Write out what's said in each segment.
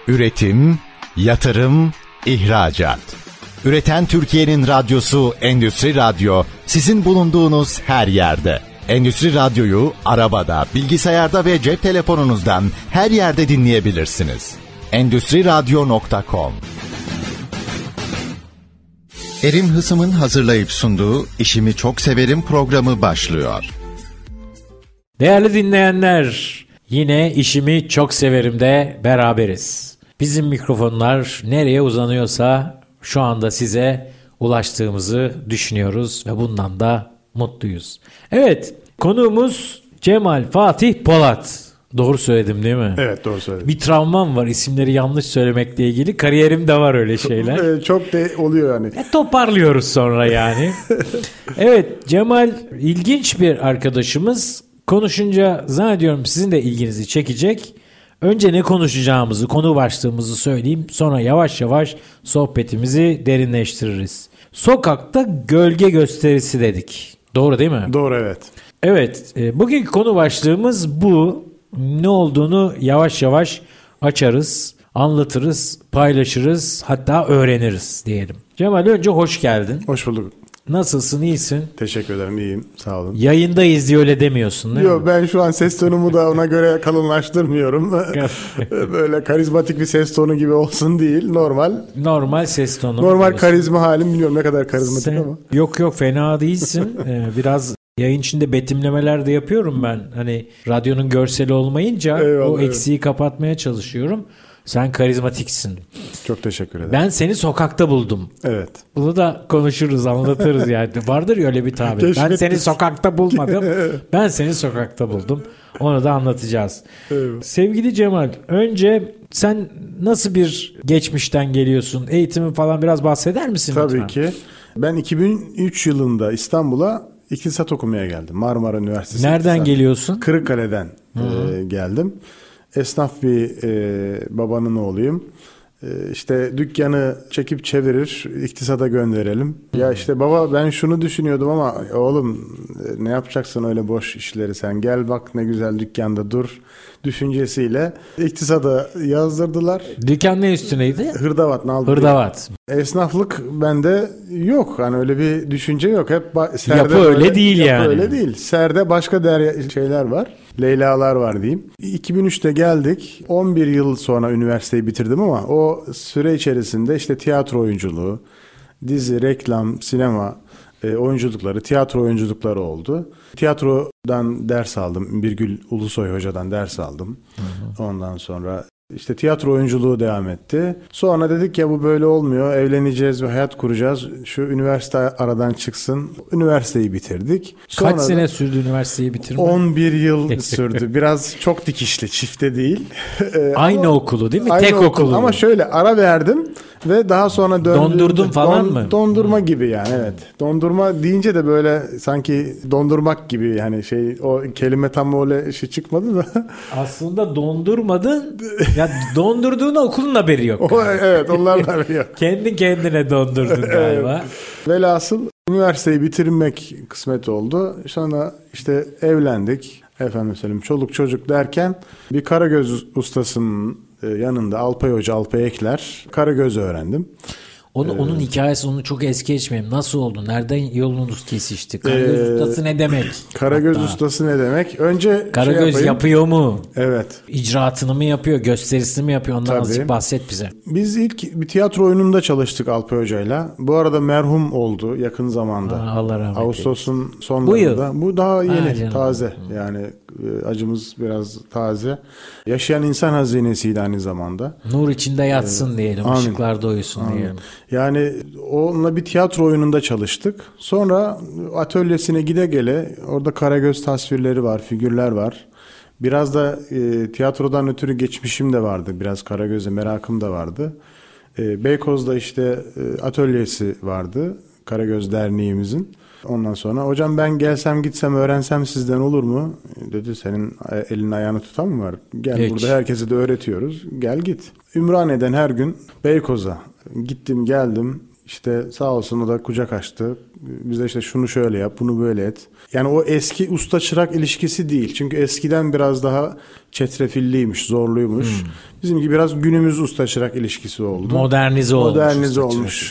Üretim, yatırım, ihracat. Üreten Türkiye'nin radyosu Endüstri Radyo, sizin bulunduğunuz her yerde. Endüstri Radyo'yu arabada, bilgisayarda ve cep telefonunuzdan her yerde dinleyebilirsiniz. Endüstriradyo.com. Erim Hısım'ın hazırlayıp sunduğu İşimi Çok Severim programı başlıyor. Değerli dinleyenler, yine İşimi Çok Severim'de beraberiz. Bizim mikrofonlar nereye uzanıyorsa şu anda size ulaştığımızı düşünüyoruz ve bundan da mutluyuz. Evet, konuğumuz Cemal Fatih Polat. Doğru söyledim değil mi? Evet, doğru söyledim. Bir travmam var isimleri yanlış söylemekle ilgili. Kariyerimde var öyle şeyler. Çok da oluyor yani. Toparlıyoruz sonra yani. Evet, Cemal ilginç bir arkadaşımız. Konuşunca zannediyorum sizin de ilginizi çekecek. Önce ne konuşacağımızı, konu başlığımızı söyleyeyim. Sonra yavaş yavaş sohbetimizi derinleştiririz. Sokakta gölge gösterisi dedik. Doğru değil mi? Doğru, evet. Evet, bugünkü konu başlığımız bu. Ne olduğunu yavaş yavaş açarız, anlatırız, paylaşırız, hatta öğreniriz diyelim. Cemal, önce hoş geldin. Hoş bulduk. Nasılsın, iyisin? Teşekkür ederim, iyiyim. Sağ olun. Yayındayız diye öyle demiyorsun değil mi? Yok, ben şu an ses tonumu da ona göre kalınlaştırmıyorum. Böyle karizmatik bir ses tonu gibi olsun değil. Normal ses tonu. Normal karizma halim, bilmiyorum ne kadar karizmatik ama. Yok fena değilsin. Biraz yayın içinde betimlemeler de yapıyorum ben. Hani radyonun görseli olmayınca eyvallah, o eksiği kapatmaya çalışıyorum. Sen karizmatiksin. Çok teşekkür ederim. Ben seni sokakta buldum. Evet. Bunu da konuşuruz, anlatırız yani. Vardır ya öyle bir tabir. Ben seni sokakta bulmadım. Ben seni sokakta buldum. Onu da anlatacağız. Evet. Sevgili Cemal, önce sen nasıl bir geçmişten geliyorsun? Eğitimin falan biraz bahseder misin? Tabii lütfen? ki. Ben 2003 yılında İstanbul'a iktisat okumaya geldim. Marmara Üniversitesi. Nereden İktisat. geliyorsun? Kırıkkale'den geldim. Esnaf bir babanın oğluyum. İşte dükkanı çekip çevirir, iktisada gönderelim. Ya işte baba, ben şunu düşünüyordum ama oğlum ne yapacaksın öyle boş işleri, sen gel bak ne güzel dükkanda dur düşüncesiyle iktisada yazdırdılar. Dükkan ne üstüneydi? Hırdavat. Hırdavat. Esnaflık bende yok. Hani öyle bir düşünce yok. Hep serde yapı öyle değil yani. Yapı öyle değil. Serde başka şeyler var. Leylalar var diyeyim. 2003'te geldik. 11 yıl sonra üniversiteyi bitirdim ama o süre içerisinde işte tiyatro oyunculuğu, dizi, reklam, sinema oyunculukları, tiyatro oyunculukları oldu. Tiyatrodan ders aldım. Birgül Ulusoy Hoca'dan ders aldım. Ondan sonra İşte tiyatro oyunculuğu devam etti. Sonra dedik ya bu böyle olmuyor. Evleneceğiz ve hayat kuracağız. Şu üniversite aradan çıksın. Üniversiteyi bitirdik. Sonra kaç sene sürdü üniversiteyi bitirmek? 11 yıl sürdü. Biraz çok dikişli, çifte değil. Aynı okulu değil mi? Tek okulu. Ama şöyle ara verdim ve daha sonra döndüm. Dondurdun falan mı? Dondurma gibi yani, evet. Dondurma deyince de böyle sanki dondurmak gibi yani o kelime tam öyle çıkmadı da. Aslında dondurmadın. Ya dondurduğuna okulun haberi yok. Evet, onların haberi yok. Kendi kendine dondurdun galiba. Velhasıl üniversiteyi bitirmek kısmet oldu. Sonra işte evlendik. Efendim söyleyeyim, çoluk çocuk derken bir Karagöz ustasının yanında Alpay Hoca, Alpay Ekler, Karagöz öğrendim. Onun hikayesi, onu çok es geçmeyeyim. Nasıl oldu? Nereden yolunuz kesişti? Karagöz ustası ne demek? Karagöz ustası ne demek? Önce Karagöz yapıyor mu? Evet. İcraatını mı yapıyor? Gösterisini mi yapıyor? Ondan azıcık bahset bize. Biz ilk bir tiyatro oyununda çalıştık Alpay Hoca'yla. Bu arada merhum oldu yakın zamanda. Allah rahmet eylesin. Ağustos'un sonlarında. Bu yıl. Bu daha yeni, taze. Yani acımız biraz taze. Yaşayan insan hazinesiydi aynı zamanda. Nur içinde yatsın diyelim. Amin. Işıklarda uyusun diyelim. Yani onunla bir tiyatro oyununda çalıştık. Sonra atölyesine gide gele orada Karagöz tasvirleri var, figürler var. Biraz da tiyatrodan ötürü geçmişim de vardı. Biraz Karagöz'e merakım da vardı. Beykoz'da işte atölyesi vardı. Karagöz Derneğimizin. Ondan sonra hocam ben gelsem gitsem öğrensem sizden olur mu? Dedi senin elin ayağını tutan mı var? Gel hiç. Burada herkese de öğretiyoruz. Gel git. Ümraniye'den her gün Beykoz'a gittim geldim. İşte sağ olsun o da kucak açtı. Bize işte şunu şöyle yap, bunu böyle et. Yani o eski usta çırak ilişkisi değil. Çünkü eskiden biraz daha çetrefilliymiş, zorluymuş. Bizimki biraz günümüz usta çırak ilişkisi oldu. Modernize olmuş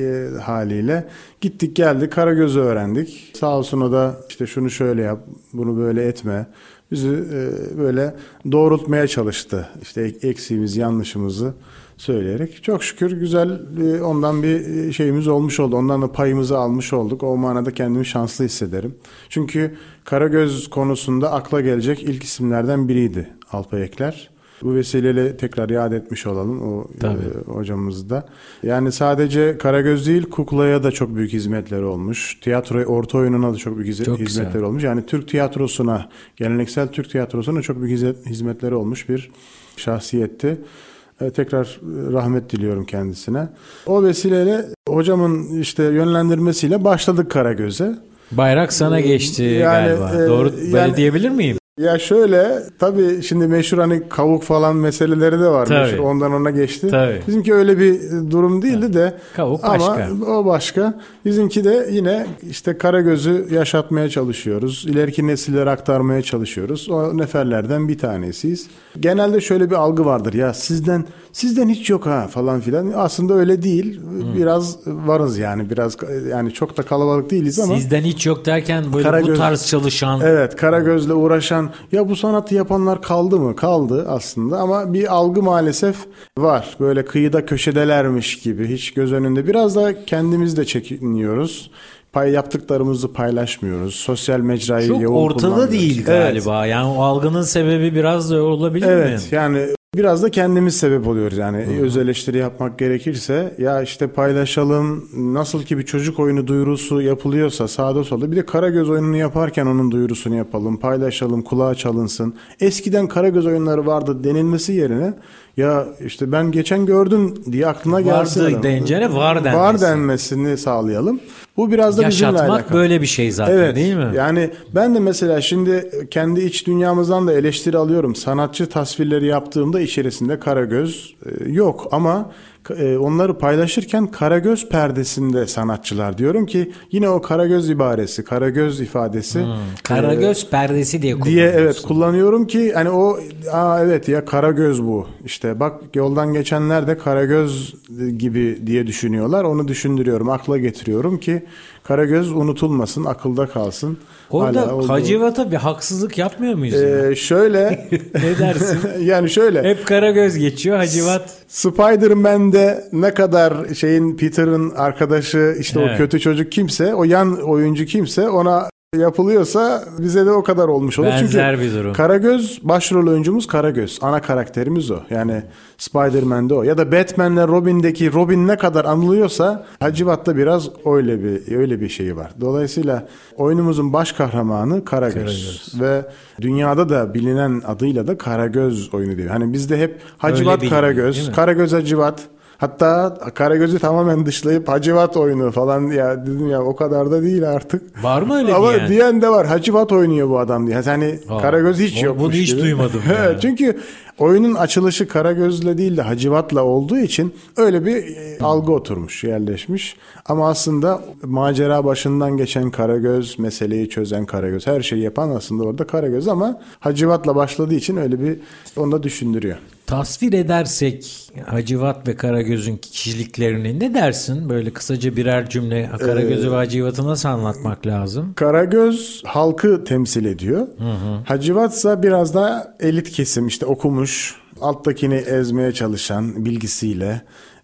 haliyle. Gittik geldik, Karagöz'ü öğrendik. Sağ olsun o da işte şunu şöyle yap, bunu böyle etme. Bizi böyle doğrultmaya çalıştı. İşte eksiğimiz, yanlışımızı söyleyerek. Çok şükür güzel ondan bir şeyimiz olmuş oldu. Ondan da payımızı almış olduk. O manada kendimi şanslı hissederim. Çünkü Karagöz konusunda akla gelecek ilk isimlerden biriydi Alpay Ekler. Bu vesileyle tekrar yad etmiş olalım o hocamızı da. Yani sadece Karagöz değil, kuklaya da çok büyük hizmetleri olmuş. Tiyatroya, orta oyununa da çok büyük hizmetleri olmuş. Yani Türk tiyatrosuna, geleneksel Türk tiyatrosuna çok büyük hizmetleri olmuş bir şahsiyetti. Tekrar rahmet diliyorum kendisine. O vesileyle hocamın işte yönlendirmesiyle başladık Karagöz'e. Bayrak sana geçti galiba. Doğru böyle diyebilir miyim? Ya şöyle, tabii şimdi meşhur hani kavuk falan meseleleri de var. Meşhur, ondan ona geçti. Tabii. Bizimki öyle bir durum değildi de. Kavuk başka. Ama o başka. Bizimki de yine işte Karagöz'ü yaşatmaya çalışıyoruz. İleriki nesillere aktarmaya çalışıyoruz. O neferlerden bir tanesiyiz. Genelde şöyle bir algı vardır. Ya sizden hiç yok ha falan filan. Aslında öyle değil. Biraz varız yani. Biraz yani çok da kalabalık değiliz ama. Sizden hiç yok derken böyle bu tarz çalışan. Evet, Karagöz'le uğraşan. Ya bu sanatı yapanlar kaldı mı? Kaldı aslında ama bir algı maalesef var. Böyle kıyıda köşedelermiş gibi, hiç göz önünde. Biraz da kendimiz de çekiniyoruz. Yaptıklarımızı paylaşmıyoruz. Sosyal mecrayı çok yoğun ortada değil galiba. Evet. Yani o algının sebebi biraz da olabilir mi? Evet, yani biraz da kendimiz sebep oluyoruz yani. Öz eleştiri yapmak gerekirse ya işte paylaşalım, nasıl ki bir çocuk oyunu duyurusu yapılıyorsa sağda solda, bir de Karagöz oyununu yaparken onun duyurusunu yapalım, paylaşalım, kulağa çalınsın. Eskiden Karagöz oyunları vardı denilmesi yerine ya işte ben geçen gördüm diye aklına gelsin. Vardı dencere var denmesini sağlayalım. Bu biraz da bizimle alakalı. Yaşatmak böyle bir şey zaten, değil mi? Yani ben de mesela şimdi kendi iç dünyamızdan da eleştiri alıyorum. Sanatçı tasvirleri yaptığımda içerisinde Karagöz yok ama onları paylaşırken Karagöz perdesinde sanatçılar diyorum ki yine o Karagöz ibaresi, Karagöz ifadesi. Karagöz perdesi diye kullanıyorum ki hani o evet ya Karagöz bu. İşte bak yoldan geçenler de Karagöz gibi diye düşünüyorlar. Onu düşündürüyorum, akla getiriyorum ki Karagöz unutulmasın, akılda kalsın. Orada Hacivat'a bir haksızlık yapmıyor muyuz? Şöyle. Ne dersin? Yani şöyle. Hep Karagöz geçiyor, Hacivat. Spider-Man'de ne kadar Peter'ın arkadaşı işte o kötü çocuk kimse, o yan oyuncu kimse ona yapılıyorsa bize de o kadar olmuş olur. Benzer çünkü bir durum. Karagöz, başrol oyuncumuz Karagöz. Ana karakterimiz o. Yani Spider-Man'de o. Ya da Batman'le Robin'deki Robin ne kadar anılıyorsa Hacivat'ta biraz öyle bir şeyi var. Dolayısıyla oyunumuzun baş kahramanı Karagöz. Ve dünyada da bilinen adıyla da Karagöz oyunu diyor. Hani bizde hep Hacivat Karagöz, Karagöz Hacivat. Hatta Karagöz'ü tamamen dışlayıp Hacivat oyunu falan ya dedim ya o kadar da değil artık. Var mı öyle ama diyen? Diyen de var. Hacivat oynuyor bu adam diye. Yani Karagöz hiç yokmuş. Bunu hiç gibi. duymadım. Çünkü oyunun açılışı Karagöz'le değil de Hacivat'la olduğu için öyle bir algı oturmuş, yerleşmiş. Ama aslında macera başından geçen Karagöz, meseleyi çözen Karagöz, her şeyi yapan aslında orada Karagöz ama Hacivat'la başladığı için öyle bir onu da düşündürüyor. Tasvir edersek Hacivat ve Karagöz'ün kişiliklerini ne dersin? Böyle kısaca birer cümle Karagöz'ü ve Hacivat'ı nasıl anlatmak lazım? Karagöz halkı temsil ediyor. Hacivat ise biraz daha elit kesim, işte okumuş, alttakini ezmeye çalışan bilgisiyle.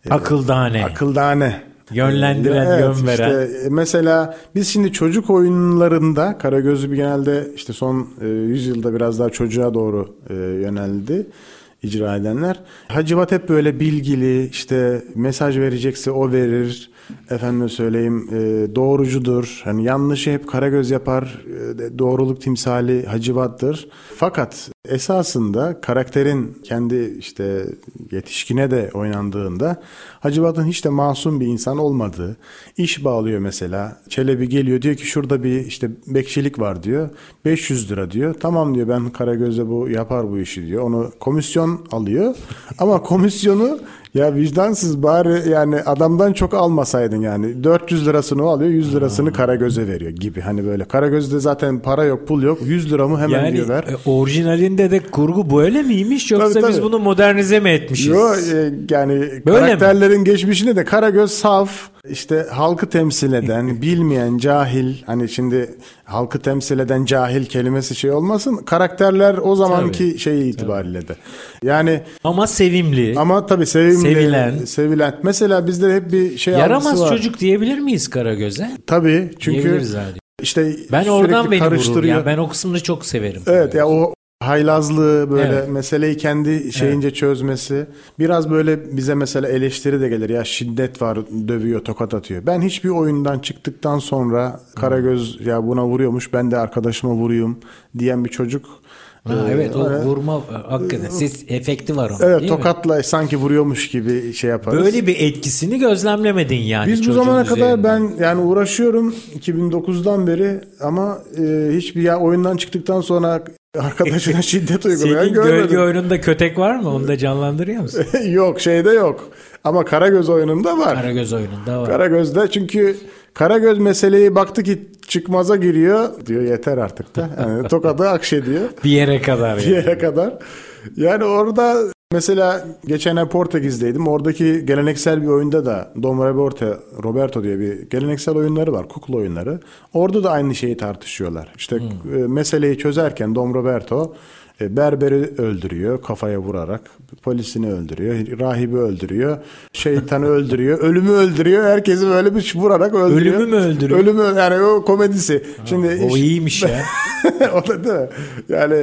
Akıldane. Yönlendiren, yön veren. Işte mesela biz şimdi çocuk oyunlarında Karagöz'ü genelde işte son 100 yılda biraz daha çocuğa doğru yöneldi icra edenler. Hacivat hep böyle bilgili, işte mesaj verecekse o verir. Efendime söyleyeyim doğrucudur. Hani yanlışı hep Karagöz yapar. Doğruluk timsali Hacivat'tır. Fakat esasında karakterin kendi işte yetişkine de oynandığında Hacivat'ın hiç de masum bir insan olmadığı, iş bağlıyor mesela. Çelebi geliyor diyor ki şurada bir işte bekçilik var diyor. 500 lira diyor. Tamam diyor ben Karagöz'e bu yapar bu işi diyor. Onu komisyon alıyor. Ama komisyonu Ya vicdansız, bari yani adamdan çok almasaydın yani. 400 lirasını o alıyor, 100 lirasını Karagöz'e veriyor gibi. Hani böyle Karagöz'de zaten para yok, pul yok. 100 liramı hemen yani, diyor ver. Orijinalinde de kurgu böyle miymiş yoksa Tabii. biz bunu modernize mi etmişiz? Yok yani böyle karakterlerin geçmişinde de Karagöz saf, işte halkı temsil eden, bilmeyen, cahil. Hani şimdi halkı temsil eden cahil kelimesi şey olmasın. Karakterler o zamanki şeyi itibariyle de. Yani ama sevimli. ama tabii sevimli, sevilen. Mesela bizde hep bir şey algısı var. Yaramaz çocuk diyebilir miyiz Karagöz'e? Tabii çünkü işte ben oradan beni vurur. Yani ben o kısmını çok severim. Evet ya, o haylazlığı böyle meseleyi kendi şeyince çözmesi. Biraz böyle bize mesela eleştiri de gelir. Ya şiddet var, dövüyor, tokat atıyor. Ben hiçbir oyundan çıktıktan sonra Karagöz ya buna vuruyormuş, ben de arkadaşıma vurayım diyen bir çocuk. Evet, o vurma hakikaten ses efekti var onun. Evet, tokatla sanki vuruyormuş gibi şey yaparız. Böyle bir etkisini gözlemlemedin yani. Biz bu zamana kadar ben yani uğraşıyorum 2009'dan beri ama hiçbir oyundan çıktıktan sonra arkadaşına şiddet uygulayan görmedim. Senin gölge oyununda kötek var mı? Onu da canlandırıyor musun? Yok, şeyde yok. Ama Karagöz oyununda var. Karagöz oyununda var. Karagöz'de çünkü Karagöz meseleyi baktı ki çıkmaza giriyor. Diyor yeter artık da. Yani tokadı akşediyor. Bir yere kadar. Bir yere kadar. Yani orada mesela geçen ay Portekiz'deydim. Oradaki geleneksel bir oyunda da Dom Roberto diye bir geleneksel oyunları var. Kukla oyunları. Orada da aynı şeyi tartışıyorlar. İşte meseleyi çözerken Dom Roberto berberi öldürüyor kafaya vurarak, polisini öldürüyor, rahibi öldürüyor, şeytanı öldürüyor, ölümü öldürüyor, herkesi böyle bir vurarak öldürüyor. Ölümü mü öldürüyor? Ölümü, yani o komedisi. Şimdi o iyiymiş ya. O da değil mi? Yani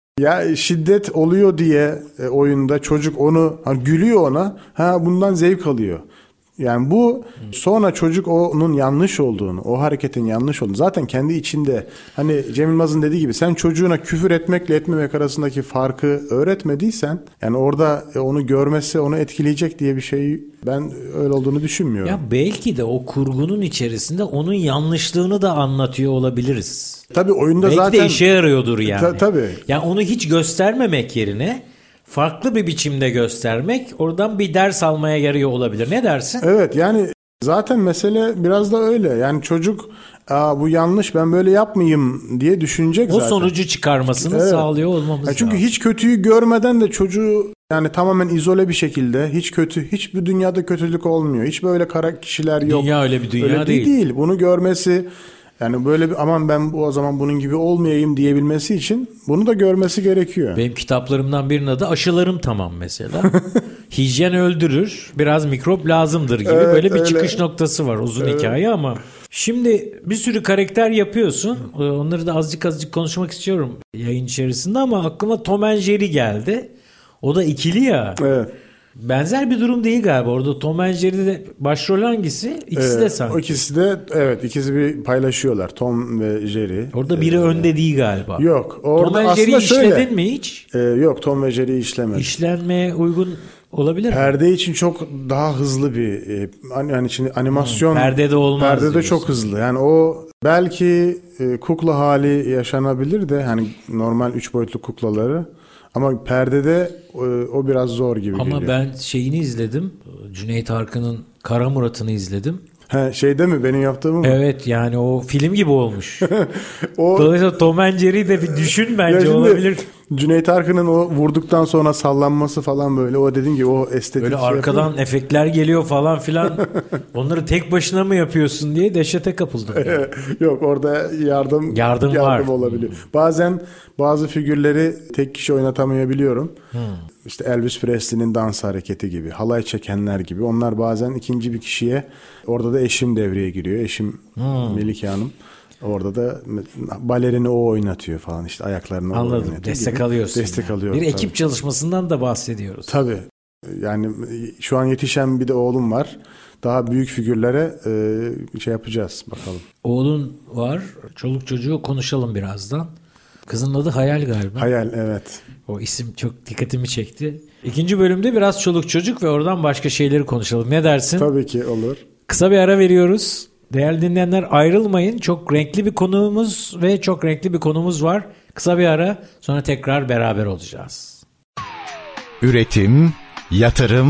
ya şiddet oluyor diye oyunda çocuk onu gülüyor ona, bundan zevk alıyor. Yani bu sonra çocuk onun yanlış olduğunu, o hareketin yanlış olduğunu zaten kendi içinde, hani Cem Yılmaz'ın dediği gibi sen çocuğuna küfür etmekle etmemek arasındaki farkı öğretmediysen, yani orada onu görmesi onu etkileyecek diye bir şey, ben öyle olduğunu düşünmüyorum. Ya belki de o kurgunun içerisinde onun yanlışlığını da anlatıyor olabiliriz. Tabii oyunda belki zaten. Belki de işe yarıyordur yani. Tabii. Yani onu hiç göstermemek yerine farklı bir biçimde göstermek oradan bir ders almaya yarıyor olabilir. Ne dersin? Evet, yani zaten mesele biraz da öyle. Yani çocuk bu yanlış, ben böyle yapmayayım diye düşünecek zaten. O sonucu çıkarmasını sağlıyor olmamız lazım. Çünkü hiç kötüyü görmeden de çocuğu yani tamamen izole bir şekilde, hiçbir dünyada kötülük olmuyor. Hiç böyle kara kişiler yok. Dünya öyle bir dünya öyle değil. Bunu görmesi, yani böyle bir aman ben o zaman bunun gibi olmayayım diyebilmesi için bunu da görmesi gerekiyor. Benim kitaplarımdan birinin adı Aşılarım Tamam mesela. Hijyen öldürür, biraz mikrop lazımdır gibi böyle bir çıkış noktası var. Uzun hikaye ama. Şimdi bir sürü karakter yapıyorsun. Onları da azıcık konuşmak istiyorum yayın içerisinde ama aklıma Tom and Jerry geldi. O da ikili ya. Evet. Benzer bir durum değil galiba. Orada Tom and Jerry'de başrol hangisi? İkisi de sanki. O ikisi de ikisi bir paylaşıyorlar. Tom ve Jerry. Orada biri önde değil galiba. Yok. Orada Tom and Jerry'yi işledin mi hiç? Yok, Tom ve Jerry'yi işlemedim. İşlenmeye uygun olabilir mi? Perde için çok daha hızlı bir yani şimdi animasyon. Perdede olmaz. Perdede diyorsun. çok hızlı. Yani o belki kukla hali yaşanabilir de hani normal 3 boyutlu kuklaları. Ama perdede o biraz zor gibi geliyor. Ama ben şeyini izledim. Cüneyt Arkın'ın Kara Murat'ını izledim. Şeyde mi? Benim yaptığımı mı? Evet, yani o film gibi olmuş. Dolayısıyla Tom and Jerry'yi de bir düşün bence olabilir. Cüneyt Arkın'ın o vurduktan sonra sallanması falan böyle. O dediğin gibi o estetik. Böyle arkadan yapıyor. Efektler geliyor falan filan. Onları tek başına mı yapıyorsun diye dehşete kapıldım. Yani. Yok, orada yardım var. Olabiliyor. Bazen bazı figürleri tek kişi oynatamayabiliyorum. İşte Elvis Presley'nin dans hareketi gibi, halay çekenler gibi. Onlar bazen ikinci bir kişiye, orada da eşim devreye giriyor. Eşim Melike Hanım. Orada da balerini o oynatıyor falan, işte ayaklarını o oynatıyor. Anladım. Destek alıyorsun. Destek yani. alıyorum. Bir ekip çalışmasından da bahsediyoruz. Tabii. Yani şu an yetişen bir de oğlum var. Daha büyük figürlere şey yapacağız bakalım. Oğlun var. Çoluk çocuğu konuşalım birazdan. Kızın adı Hayal galiba. Hayal, evet. O isim çok dikkatimi çekti. İkinci bölümde biraz çoluk çocuk ve oradan başka şeyleri konuşalım. Ne dersin? Tabii ki olur. Kısa bir ara veriyoruz. Değerli dinleyenler, ayrılmayın. Çok renkli bir konuğumuz ve çok renkli bir konumuz var. Kısa bir ara, sonra tekrar beraber olacağız. Üretim, yatırım,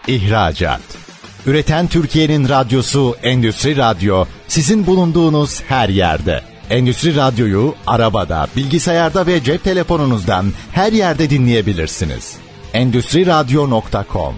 ihracat. Üreten Türkiye'nin radyosu Endüstri Radyo sizin bulunduğunuz her yerde. Endüstri Radyo'yu arabada, bilgisayarda ve cep telefonunuzdan her yerde dinleyebilirsiniz. Endüstriradyo.com.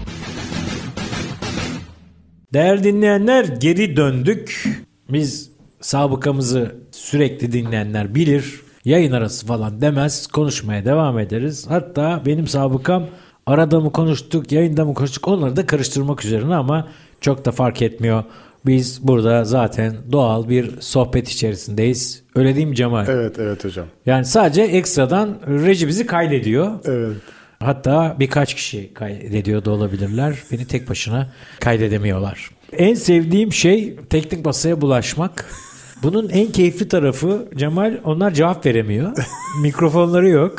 Değerli dinleyenler, geri döndük. Biz sabıkamızı sürekli dinleyenler bilir. Yayın arası falan demez. Konuşmaya devam ederiz. Hatta benim sabıkam arada mı konuştuk, yayında mı konuştuk onları da karıştırmak üzerine ama çok da fark etmiyor. Biz burada zaten doğal bir sohbet içerisindeyiz. Öyle değil mi Cemal? Evet hocam. Yani sadece ekstradan reji bizi kaydediyor. Evet. Hatta birkaç kişi kaydediyor da olabilirler. Beni tek başına kaydedemiyorlar. En sevdiğim şey teknik masaya bulaşmak. Bunun en keyifli tarafı Cemal, onlar cevap veremiyor. Mikrofonları yok.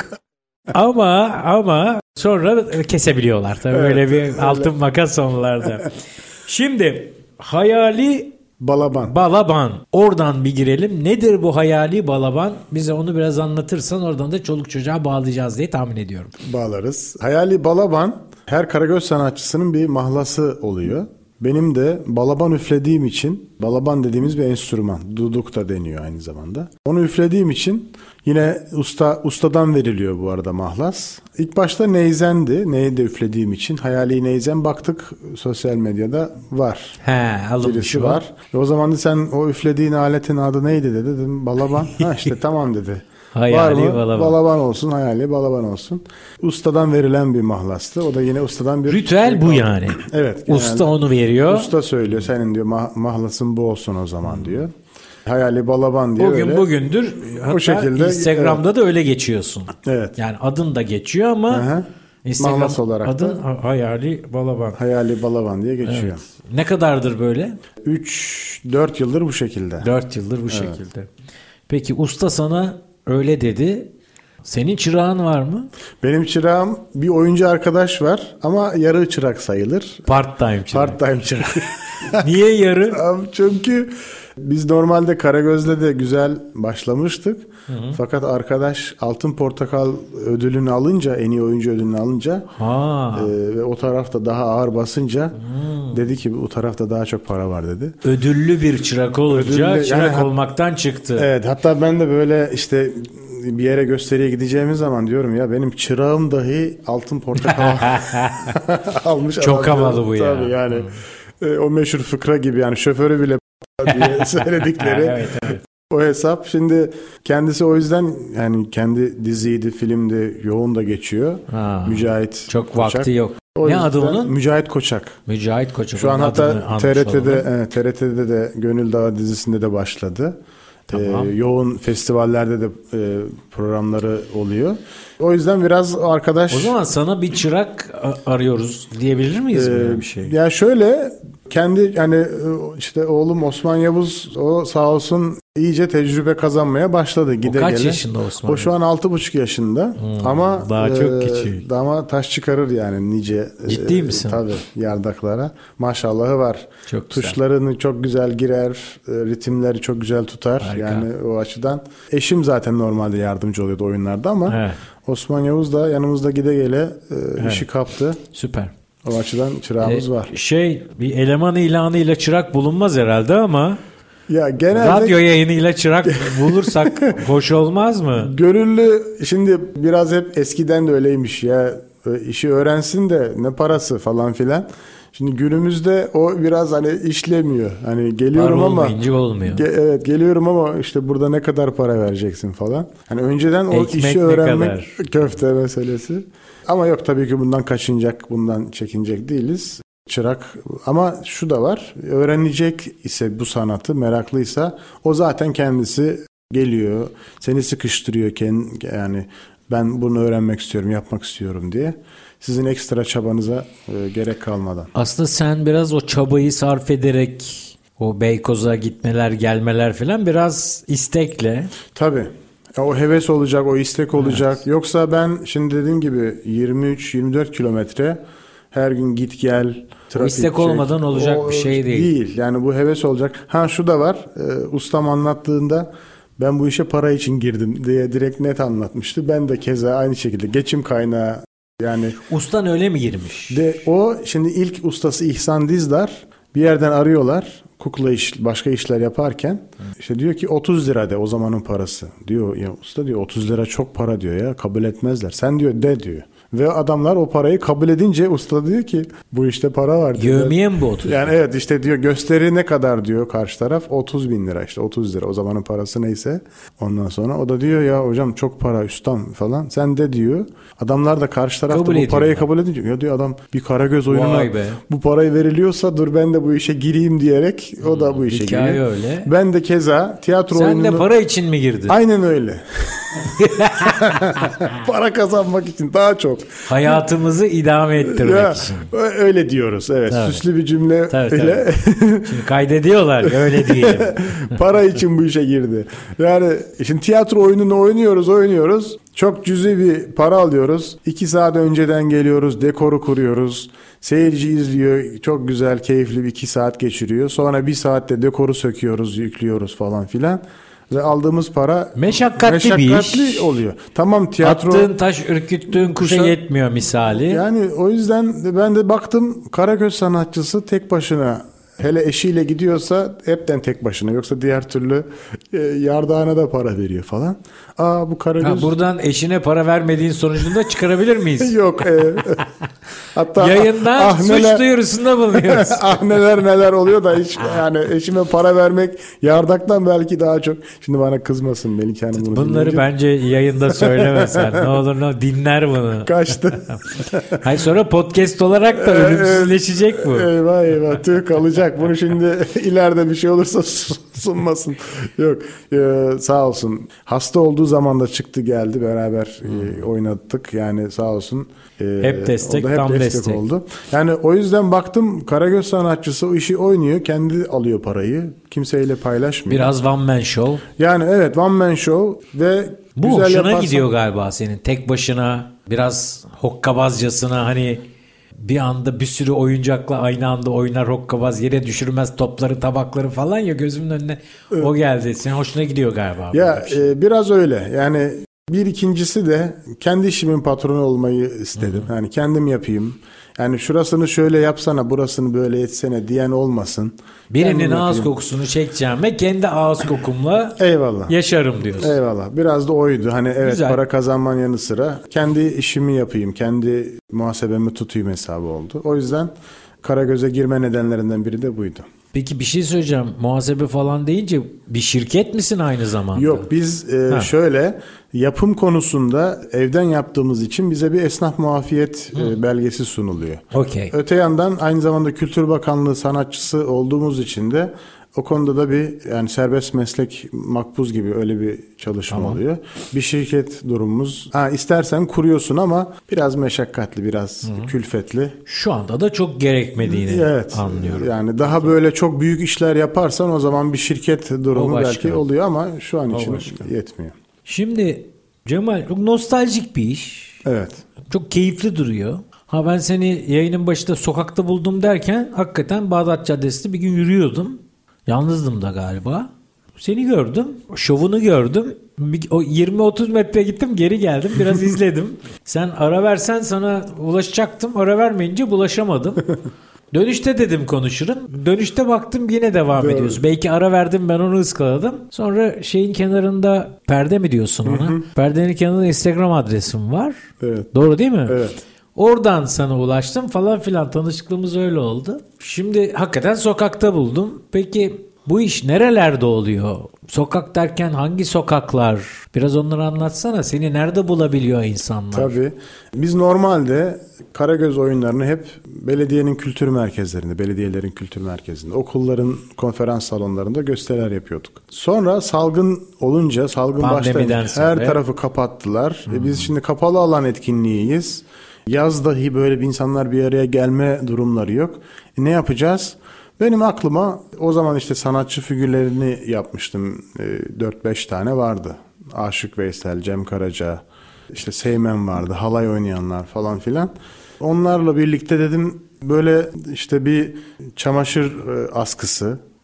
Ama sonra kesebiliyorlar. Tabii Evet, böyle bir öyle. altın makas onlarda. Şimdi hayali balaban. Oradan bir girelim. Nedir bu hayali balaban? Bize onu biraz anlatırsan oradan da çoluk çocuğa bağlayacağız diye tahmin ediyorum. Bağlarız. Hayali balaban her Karagöz sanatçısının bir mahlası oluyor. Benim de balaban üflediğim için, balaban dediğimiz bir enstrüman, duduk da deniyor aynı zamanda. Onu üflediğim için yine ustadan veriliyor bu arada mahlas. İlk başta neyzendi, neyi de üflediğim için hayali neyzen, baktık sosyal medyada var. Alınmış Birisi var. O zaman da sen o üflediğin aletin adı neydi dedi. Dedim balaban. İşte tamam dedi. Hayali var mı? balaban. Balaban olsun, hayali balaban olsun. Ustadan verilen bir mahlastı. O da yine ustadan bir... Ritüel bu yani. Evet. Usta onu veriyor. Usta söylüyor. Senin diyor mahlasın bu olsun o zaman diyor. Hayali balaban diye öyle. Bugündür hatta o şekilde, Instagram'da da öyle geçiyorsun. Evet. Yani adın da geçiyor ama Instagram mahlas olarak adın hayali balaban. Hayali balaban diye geçiyor. Evet. Ne kadardır böyle? 3-4 yıldır bu şekilde. 4 yıldır bu şekilde. Peki usta sana öyle dedi. Senin çırağın var mı? Benim çırağım bir oyuncu arkadaş var ama yarı çırak sayılır. Part-time çırak. Part-time çırak. Niye yarı? Çünkü biz normalde Karagöz'de de güzel başlamıştık. Fakat arkadaş Altın Portakal ödülünü alınca, en iyi oyuncu ödülünü alınca ve o tarafta daha ağır basınca dedi ki o tarafta daha çok para var dedi. Ödüllü bir çırak olunca Ödüllü, çırak yani, olmaktan çıktı. Evet, hatta ben de böyle işte bir yere gösteriye gideceğimiz zaman diyorum ya benim çırağım dahi Altın Portakal almış. Çok havalı bu ya. Tabii yani o meşhur fıkra gibi yani şoförü bile diye söyledikleri. Evet. O hesap. Şimdi kendisi o yüzden yani kendi diziydi, filmdi, yoğun da geçiyor. Mücahit çok Koçak. vakti yok. O ne adı onun? Mücahit Koçak. Mücahit Koçak. Şu an hatta TRT'de de Gönül Dağı dizisinde de başladı. Tamam. Yoğun festivallerde de programları oluyor. O yüzden biraz arkadaş... O zaman sana bir çırak arıyoruz diyebilir miyiz böyle bir şey? Ya şöyle kendi yani işte oğlum Osman Yavuz o sağ olsun iyice tecrübe kazanmaya başladı gide kaç gele. yaşında Osman? O şu an 6,5 yaşında ama daha çok küçük. Ama taş çıkarır yani nice. Ciddi misin? Tabii yardaklara. Maşallahı var. Çok güzel. Tuşlarını çok güzel girer. Ritimleri çok güzel tutar. Harika. Yani o açıdan. Eşim zaten normalde yardımcı oluyordu oyunlarda ama Osman Yavuz da yanımızda gide gele işi kaptı. Süper. O açıdan çırağımız var. Bir eleman ilanıyla çırak bulunmaz herhalde ama ya genelde radyo yayınıyla çırak bulursak hoş olmaz mı? Gönüllü şimdi biraz hep eskiden de öyleymiş ya işi öğrensin de ne parası falan filan. Şimdi günümüzde o biraz hani işlemiyor. Hani geliyorum para ama olmuyor. Evet geliyorum ama işte burada ne kadar para vereceksin falan. Hani önceden o ekmek işi öğrenmek köfte meselesi. Ama yok tabii ki bundan kaçınacak, bundan çekinecek değiliz. Çırak ama şu da var. Öğrenecek ise bu sanatı meraklıysa o zaten kendisi geliyor. Seni sıkıştırıyor yani ben bunu öğrenmek istiyorum, yapmak istiyorum diye. Sizin ekstra çabanıza gerek kalmadan. Aslında sen biraz o çabayı sarf ederek o Beykoz'a gitmeler, gelmeler falan biraz istekle. Tabii. O heves olacak, o istek olacak. Evet. Yoksa ben şimdi dediğim gibi 23-24 kilometre her gün git gel. O istek olmadan olacak bir şey değil. Yani bu heves olacak. Şu da var. Ustam anlattığında ben bu işe para için girdim diye direkt net anlatmıştı. Ben de keza aynı şekilde geçim kaynağı Yani Ustan öyle mi girmiş? de o şimdi ilk ustası İhsan Dizdar bir yerden arıyorlar. Kukla iş, başka işler yaparken işte diyor ki 30 lira de, o zamanın parası. Diyor ya usta, diyor 30 lira çok para diyor ya, kabul etmezler. Sen diyor de diyor. Ve adamlar o parayı kabul edince usta diyor ki bu işte para var diyor. Yevmiye mi bu 30? Yani evet, işte diyor gösteri ne kadar diyor karşı taraf, 30 bin lira, işte 30 lira o zamanın parası neyse. Ondan sonra o da diyor ya hocam çok para ustam falan, sen de diyor. Adamlar da karşı tarafta Kabul bu parayı ediyorlar. kabul edince ya diyor adam, bir Karagöz oyununa Vay be. bu parayı veriliyorsa dur ben de bu işe gireyim diyerek o da bu işe hikaye giriyor. öyle. Ben de keza tiyatro Sen oyununu... de para için mi girdin? Aynen öyle. Para kazanmak için daha çok. Hayatımızı idame ettirmek Ya, için. öyle diyoruz evet. Tabii. Süslü bir cümle Tabii, ile Şimdi kaydediyorlar, öyle diyelim. para için bu işe girdi. Yani şimdi tiyatro oyununu oynuyoruz. Çok cüzi bir para alıyoruz. 2 saat önceden geliyoruz, dekoru kuruyoruz. Seyirci izliyor, çok güzel, keyifli bir 2 saat geçiriyor. Sonra 1 saatte dekoru söküyoruz, yüklüyoruz falan filan. Ve aldığımız para Meşakkatli bir iş. oluyor. Tamam tiyatro... Attığın taş ürküttüğün kuşa yetmiyor misali. Yani o yüzden ben de baktım Karagöz sanatçısı tek başına, hele eşiyle gidiyorsa hepten tek başına, yoksa diğer türlü yardağına da para veriyor falan. Bu Karagöz... Buradan eşine para vermediğin sonucunda çıkarabilir miyiz? Yok. Hatta Yayından suç duyurusunda bulunuyoruz. neler oluyor da hiç, yani eşime para vermek yardaktan belki daha çok. Şimdi bana kızmasın Melike Hanım bunu Bunları dinleyince. bence yayında söyleme sen. Ne olur dinler bunu. Kaçtı. Hayır, sonra podcast olarak da ölümsüzleşecek bu. Eyvah tüh kalacak. Bunu şimdi ileride bir şey olursa sunmasın. Yok. Sağ olsun. Hasta olduğu zaman da çıktı geldi, beraber oynadık. Yani sağ olsun. Hep destek, o da hep tam destek destek oldu. Yani o yüzden baktım Karagöz sanatçısı o işi oynuyor. Kendi alıyor parayı. Kimseyle paylaşmıyor. Biraz one man show. Yani evet, one man show ve Bu güzel hoşuna yaparsan... gidiyor galiba senin. Tek başına biraz hokkabazcasına, hani bir anda bir sürü oyuncakla aynı anda oynar hokkabaz, yere düşürmez topları, tabakları falan ya, gözümün önüne o geldi. Senin hoşuna gidiyor galiba. Ya şey. biraz öyle. Yani bir ikincisi de kendi işimin patronu olmayı istedim. Yani kendim yapayım. Yani şurasını şöyle yapsana, burasını böyle etsene diyen olmasın. Birinin Kendim ağız yapayım. kokusunu çekeceğim ve kendi ağız kokumla Eyvallah. yaşarım diyorsun. Eyvallah. Biraz da oydu. Hani evet, Güzel. para kazanmanın yanı sıra kendi işimi yapayım, kendi muhasebemi tutayım hesabı oldu. O yüzden Karagöz'e girme nedenlerinden biri de buydu. Peki bir şey söyleyeceğim. Muhasebe falan deyince bir şirket misin aynı zamanda? Yok, biz şöyle yapım konusunda evden yaptığımız için bize bir esnaf muafiyet belgesi sunuluyor. Okey. Öte yandan aynı zamanda Kültür Bakanlığı sanatçısı olduğumuz için de o konuda da bir, yani serbest meslek makbuz gibi öyle bir çalışma oluyor. Bir şirket durumumuz. İstersen kuruyorsun ama biraz meşakkatli, biraz külfetli. Şu anda da çok gerekmediğini Evet. anlıyorum. Yani daha böyle çok büyük işler yaparsan o zaman bir şirket durumu başka. belki oluyor ama şu an için yetmiyor. Şimdi Cemal, çok nostaljik bir iş. Evet. Çok keyifli duruyor. Ben seni yayının başında sokakta buldum derken hakikaten Bağdat Caddesi'nde bir gün yürüyordum. Yalnızdım da galiba. Seni gördüm. Şovunu gördüm. O 20-30 metre gittim, geri geldim. Biraz izledim. Sen ara versen sana ulaşacaktım. Ara vermeyince bulaşamadım. Dönüşte dedim konuşurum. Dönüşte baktım yine devam ediyorsun. Belki ara verdim, ben onu ıskaladım. Sonra şeyin kenarında, perde mi diyorsun ona? Perdenin kenarında Instagram adresim var. Evet. Doğru değil mi? Evet. Oradan sana ulaştım falan filan, tanışıklığımız öyle oldu. Şimdi hakikaten sokakta buldum. Peki bu iş nerelerde oluyor? Sokak derken hangi sokaklar? Biraz onları anlatsana. Seni nerede bulabiliyor insanlar? Tabii. Biz normalde Karagöz oyunlarını hep belediyenin kültür merkezlerinde, belediyelerin kültür merkezinde, okulların konferans salonlarında gösteriler yapıyorduk. Sonra salgın olunca, salgın başlayınca her tarafı kapattılar. Biz şimdi kapalı alan etkinliğiyiz. Yaz dahi böyle bir insanlar bir araya gelme durumları yok. Ne yapacağız? Benim aklıma o zaman işte sanatçı figürlerini yapmıştım. 4-5 tane vardı. Aşık Veysel, Cem Karaca, işte Seymen vardı, halay oynayanlar falan filan. Onlarla birlikte dedim böyle işte bir çamaşır askısı,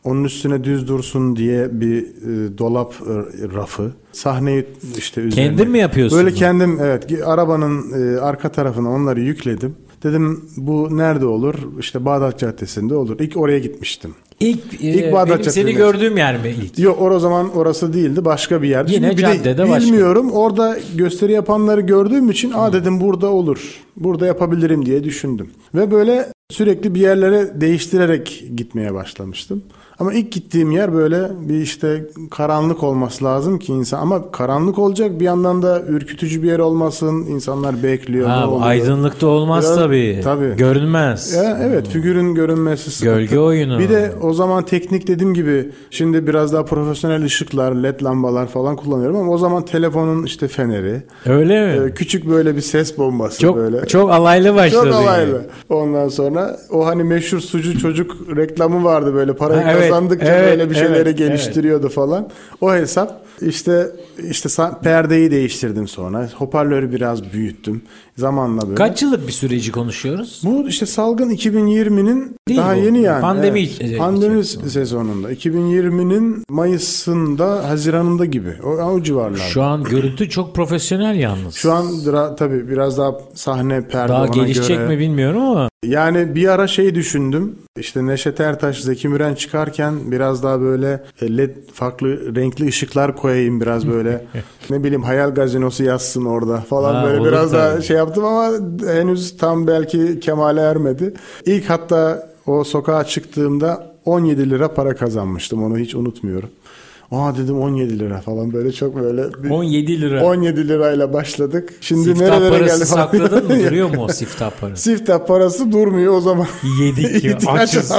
Onun üstüne düz dursun diye bir dolap rafı. Sahneyi işte üzerine. Kendin mi yapıyorsun? Böyle kendim, evet, arabanın arka tarafına onları yükledim. Dedim bu nerede olur? İşte Bağdat Caddesi'nde olur. İlk oraya gitmiştim. İlk Bağdat benim seni gördüğüm yer mi ilk? Yok, o zaman orası değildi, başka bir yerdi. Yine caddede başka. Bilmiyorum, orada gösteri yapanları gördüğüm için dedim burada olur. Burada yapabilirim diye düşündüm. Ve böyle sürekli bir yerlere değiştirerek gitmeye başlamıştım. Ama ilk gittiğim yer böyle bir işte karanlık olması lazım ki insan, ama karanlık olacak, bir yandan da ürkütücü bir yer olmasın, insanlar bekliyor. Aydınlıkta olmaz ya, tabii. Görünmez. Ya, evet, figürün görünmesi sıkıntı. Gölge oyunu. Bir de o zaman teknik, dediğim gibi, şimdi biraz daha profesyonel ışıklar, led lambalar falan kullanıyorum ama o zaman telefonun işte feneri. Öyle mi? Küçük böyle bir ses bombası çok, böyle. Çok alaylı başladı. Çok alaylı. Yani. Ondan sonra o hani meşhur sucu çocuk reklamı vardı, böyle parayı kazandıkça böyle bir şeyleri geliştiriyordu falan. O hesap işte perdeyi değiştirdim sonra. Hoparlörü biraz büyüttüm. Zamanla böyle. Kaç yıllık bir süreci konuşuyoruz? Bu işte salgın 2020'nin değil daha yeni yani. Pandemi sezonunda. 2020'nin Mayıs'ında, Haziran'ında gibi. O civarlarda. Şu an görüntü çok profesyonel yalnız. Şu an tabii biraz daha sahne, perde daha ona gelişecek göre. Mi bilmiyorum ama. Yani bir ara düşündüm. İşte Neşet Ertaş, Zeki Müren çıkarken biraz daha böyle led, farklı renkli ışıklar koyayım, biraz böyle ne bileyim Hayal Gazinosu yazsın orada falan, böyle biraz daha yaptım ama henüz tam belki kemale ermedi. İlk hatta o sokağa çıktığımda 17 lira para kazanmıştım, onu hiç unutmuyorum. Dedim 17 lira falan, böyle çok böyle 17 lira. 17 lirayla başladık. Şimdi siftah nerelere geldi falan. Sakladın mı? Duruyor mu o siftah parası? Siftah parası durmuyor o zaman. Yedik. Açız.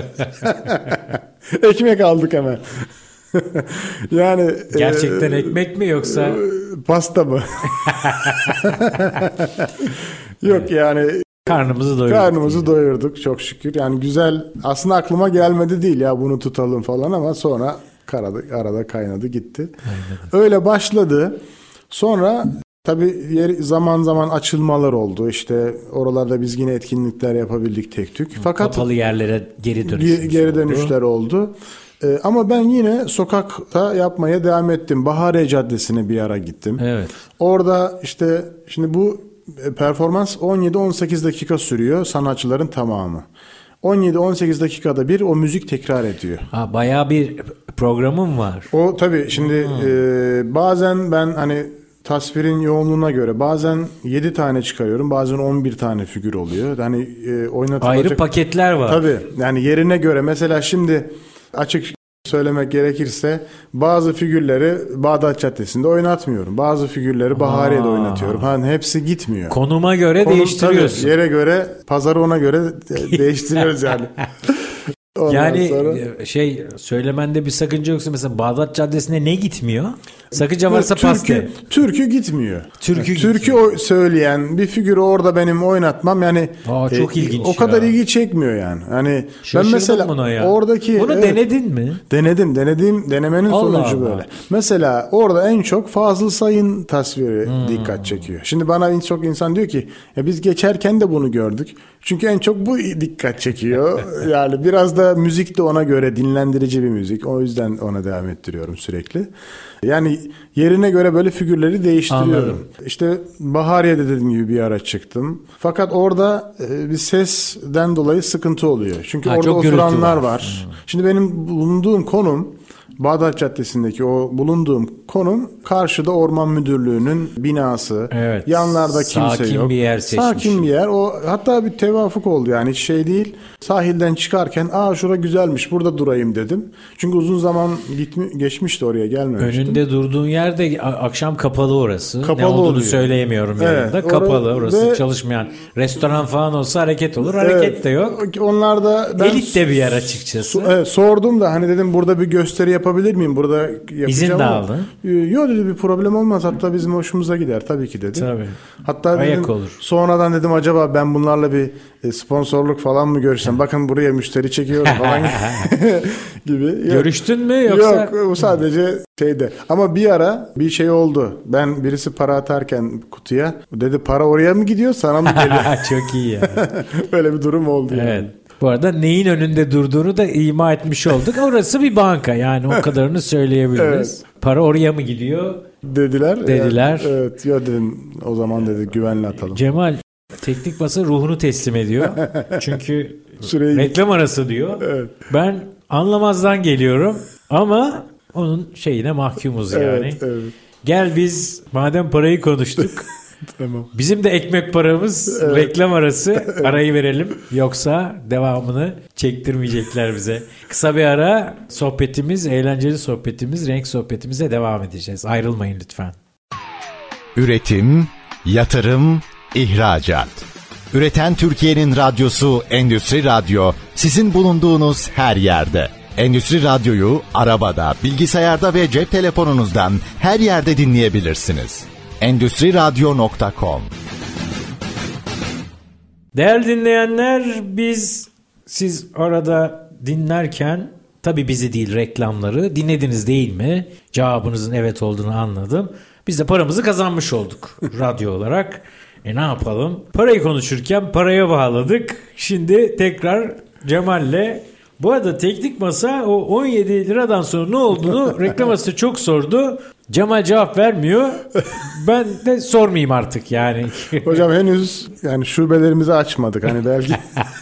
Ekmek aldık hemen. Yani gerçekten ekmek mi yoksa pasta mı? Yok yani karnımızı doyurduk çok şükür. Yani güzel, aslında aklıma gelmedi değil ya bunu tutalım falan, ama sonra arada kaynadı gitti. Aynen. Öyle başladı. Sonra tabii zaman zaman açılmalar oldu. İşte oralarda biz yine etkinlikler yapabildik tek tük. Fakat kapalı yerlere geri dönüşler oldu. Ama ben yine sokakta yapmaya devam ettim. Bahariye Caddesi'ne bir ara gittim. Evet. Orada işte şimdi bu performans 17-18 dakika sürüyor, sanatçıların tamamı. 17-18 dakikada bir o müzik tekrar ediyor. Bayağı bir programım var. O tabii şimdi bazen ben hani tasvirin yoğunluğuna göre bazen 7 tane çıkarıyorum, bazen 11 tane figür oluyor. Hani oynatılacak ayrı paketler var. Tabii yani yerine göre, mesela şimdi açık söylemek gerekirse bazı figürleri Bağdat Caddesi'nde oynatmıyorum. Bazı figürleri Bahariye'de oynatıyorum. Hani hepsi gitmiyor. Konuma göre değiştiriyorsun. Tabii, yere göre, pazarı ona göre değiştiriyoruz yani. Yani sonra söylemende bir sakınca yoksa, mesela Bağdat Caddesi'ne ne gitmiyor? Sakınca varsa pasta. Türkü gitmiyor. Türkü söyleyen bir figürü orada benim oynatmam yani çok ilginç. O kadar ilgi çekmiyor yani. Hani ben mesela oradaki bunu denedin mi? Denemenin sonucu böyle. Mesela orada en çok Fazıl Say'ın tasviri dikkat çekiyor. Şimdi bana çok insan diyor ki biz geçerken de bunu gördük. Çünkü en çok bu dikkat çekiyor. Yani biraz da müzik de ona göre dinlendirici bir müzik. O yüzden ona devam ettiriyorum sürekli. Yani yerine göre böyle figürleri değiştiriyorum. Anladım. İşte Bahariye'de dediğim gibi bir ara çıktım. Fakat orada bir sesten dolayı sıkıntı oluyor. Çünkü orada oturanlar var. Şimdi benim bulunduğum konum, Bağdat Caddesi'ndeki o bulunduğum konum, karşıda Orman Müdürlüğü'nün binası. Evet. Yanlarda kimse yok. Sakin bir yer seçmiş. Sakin bir yer. O hatta bir tevafuk oldu yani, hiç değil. Sahilden çıkarken şura güzelmiş, burada durayım dedim. Çünkü uzun zaman geçmişti, oraya gelmemiştim. Önünde durduğun yerde akşam kapalı orası. Kapalı ne olduğunu oluyor. Söyleyemiyorum yanında. Evet, kapalı orası çalışmayan. Restoran falan olsa hareket olur. Hareket de yok. Onlar da elit de bir yer açıkçası. Sordum da hani dedim burada bir gösteri yapabilir miyim? Burada yapacağım. İzin de aldın. Yok dedi, bir problem olmaz. Hatta bizim hoşumuza gider. Tabii ki dedi. Tabii. Hatta dedim, sonradan dedim acaba ben bunlarla bir sponsorluk falan mı görüşsem? Bakın buraya müşteri çekiyorum falan gibi. Yok. Görüştün mü yoksa? Yok, o sadece şeyde. Ama bir ara bir şey oldu. Ben birisi para atarken kutuya dedi, para oraya mı gidiyor sana mı geliyor? Çok iyi ya. Böyle bir durum oldu yani. Evet. Bu arada neyin önünde durduğunu da ima etmiş olduk. Orası bir banka, yani o kadarını söyleyebiliriz. Evet. Para oraya mı gidiyor? Dediler. Dediler. Evet. Ya dedim, o zaman dedi güvenle atalım. Cemal teknik masa ruhunu teslim ediyor. Çünkü Süreyi reklam arası diyor. Evet. Ben anlamazdan geliyorum ama onun şeyine mahkumuz yani. Evet. Gel biz madem parayı konuştuk. Tamam. Bizim de ekmek paramız reklam arası, arayı verelim. Yoksa devamını çektirmeyecekler bize. Kısa bir ara, sohbetimiz, eğlenceli sohbetimiz, renk sohbetimize devam edeceğiz. Ayrılmayın lütfen. Üretim, yatırım, ihracat. Üreten Türkiye'nin radyosu Endüstri Radyo, sizin bulunduğunuz her yerde. Endüstri Radyo'yu arabada, bilgisayarda ve cep telefonunuzdan her yerde dinleyebilirsiniz. Endüstriradyo.com. Değerli dinleyenler, siz arada dinlerken, tabii bizi değil reklamları dinlediniz değil mi? Cevabınızın evet olduğunu anladım. Biz de paramızı kazanmış olduk radyo olarak. Ne yapalım? Parayı konuşurken paraya bağladık. Şimdi tekrar Cemal'le. Bu arada teknik masa o 17 liradan sonra ne olduğunu reklam arası çok sordu. Cemal cevap vermiyor. Ben de sormayayım artık yani. Hocam henüz yani şubelerimizi açmadık hani belki.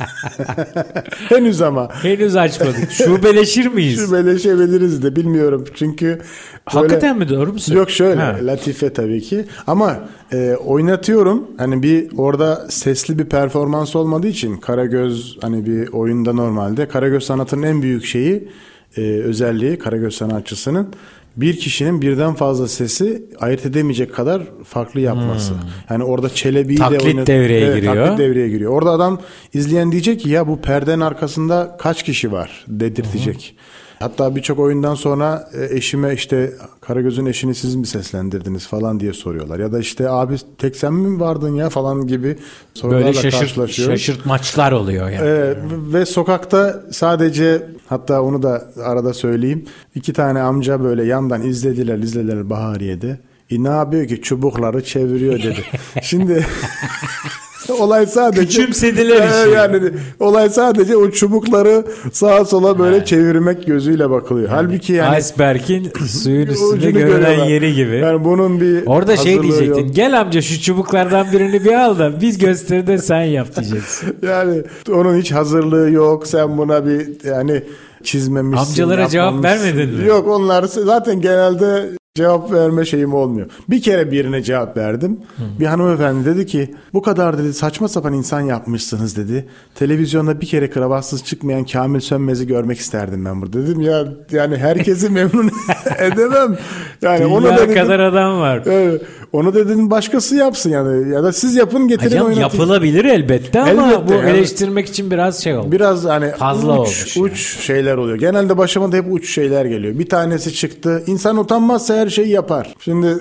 Henüz ama. Henüz açmadık. Şubeleşir miyiz? Şubeleşebiliriz de bilmiyorum. Çünkü hakikaten mi, doğru musun? Yok şöyle latife tabii ki. Ama oynatıyorum. Hani bir orada sesli bir performans olmadığı için Karagöz hani bir oyunda normalde Karagöz sanatının en büyük şeyi özelliği Karagöz sanatçısının bir kişinin birden fazla sesi ayırt edemeyecek kadar farklı yapması. Yani orada Çelebi'yi de taklit devreye giriyor. Taklit devreye giriyor. Orada adam izleyen diyecek ki ya bu perdenin arkasında kaç kişi var dedirtecek. Hatta birçok oyundan sonra eşime işte Karagöz'ün eşini siz mi seslendirdiniz falan diye soruyorlar. Ya da işte abi tek sen mi vardın ya falan gibi sorularla böyle karşılaşıyoruz. şaşırtmaçlar oluyor yani. Ve sokakta sadece, hatta onu da arada söyleyeyim, 2 tane amca böyle yandan izlediler Bahariye'de. Ne yapıyor ki çubukları çeviriyor dedi. Şimdi olay sadece küçümsediler işi. Yani olay sadece o çubukları sağa sola böyle çevirmek gözüyle bakılıyor. Halbuki yani iceberg'in suyun üstünde görülen yeri gibi. Yani bunun bir orada şey diyecektin. Yok. Gel amca şu çubuklardan birini bir al da biz gösteride sen yap diyeceksin. Yani onun hiç hazırlığı yok. Sen buna bir yani çizmemişsin. Amcalara cevap vermedin mi? Yok, onlar zaten genelde cevap verme şeyim olmuyor. Bir kere birine cevap verdim. Bir hanımefendi dedi ki bu kadar dedi saçma sapan insan yapmışsınız dedi. Televizyonda bir kere kravatsız çıkmayan Kamil Sönmez'i görmek isterdim ben burada. Dedim ya yani herkesi memnun edemem. Yani dünya ona dedim, kadar adam var. Evet, onu dedim başkası yapsın yani ya da siz yapın getirin oynatın. Yapılabilir elbette ama Elbette bu yani, eleştirmek için biraz şey oldu. biraz hani fazla uç şeyler oluyor. Genelde başıma da hep uç şeyler geliyor. Bir tanesi çıktı. İnsan utanmazsa her şeyi yapar. Şimdi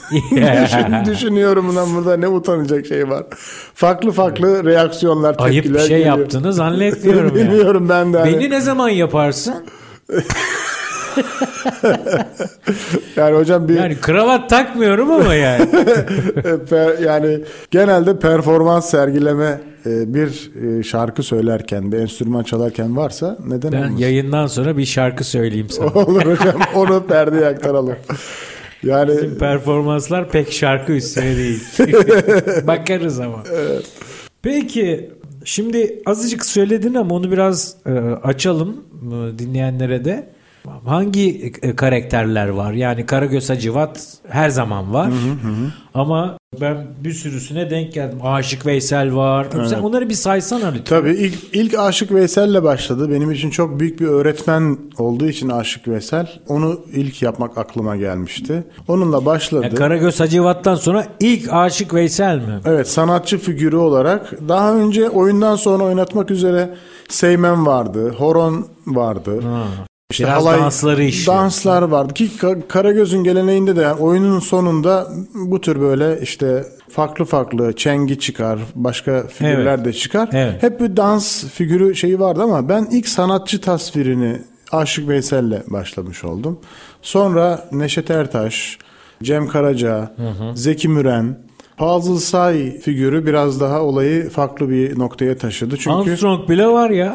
düşünüyorum lan burada ne utanacak şey var. Farklı reaksiyonlar, tepkiler ayıp bir şey geliyor. yaptığını zannetmiyorum. Bilmiyorum ben de. Beni ne zaman yaparsın? Yani hocam yani kravat takmıyorum ama yani. yani genelde performans sergileme bir şarkı söylerken, bir enstrüman çalarken varsa neden olmasın? Ben yayından sonra bir şarkı söyleyeyim sana. Olur hocam, onu perdeye aktaralım. Yani bizim performanslar pek şarkı üstüne değil. Bakarız ama. Evet. Peki şimdi azıcık söyledin ama onu biraz açalım dinleyenlere de. Hangi karakterler var? Yani Karagöz Hacivat her zaman var. Ama ben bir sürüsüne denk geldim. Aşık Veysel var. Evet. Sen onları bir saysana lütfen. Tabii ilk Aşık Veysel'le başladı. Benim için çok büyük bir öğretmen olduğu için Aşık Veysel. Onu ilk yapmak aklıma gelmişti. Onunla başladı. Yani Karagöz Hacivat'tan sonra ilk Aşık Veysel mi? Evet, sanatçı figürü olarak. Daha önce oyundan sonra oynatmak üzere Seymen vardı. Horon vardı. İşte biraz dansları işliyor. Danslar vardı ki Karagöz'ün geleneğinde de yani oyunun sonunda bu tür böyle işte farklı çengi çıkar, başka figürler de çıkar. Evet. Hep bir dans figürü şeyi vardı ama ben ilk sanatçı tasvirini Aşık Veysel'le başlamış oldum. Sonra Neşet Ertaş, Cem Karaca, Zeki Müren, Fazıl Say figürü biraz daha olayı farklı bir noktaya taşıdı. Çünkü Armstrong bile var ya.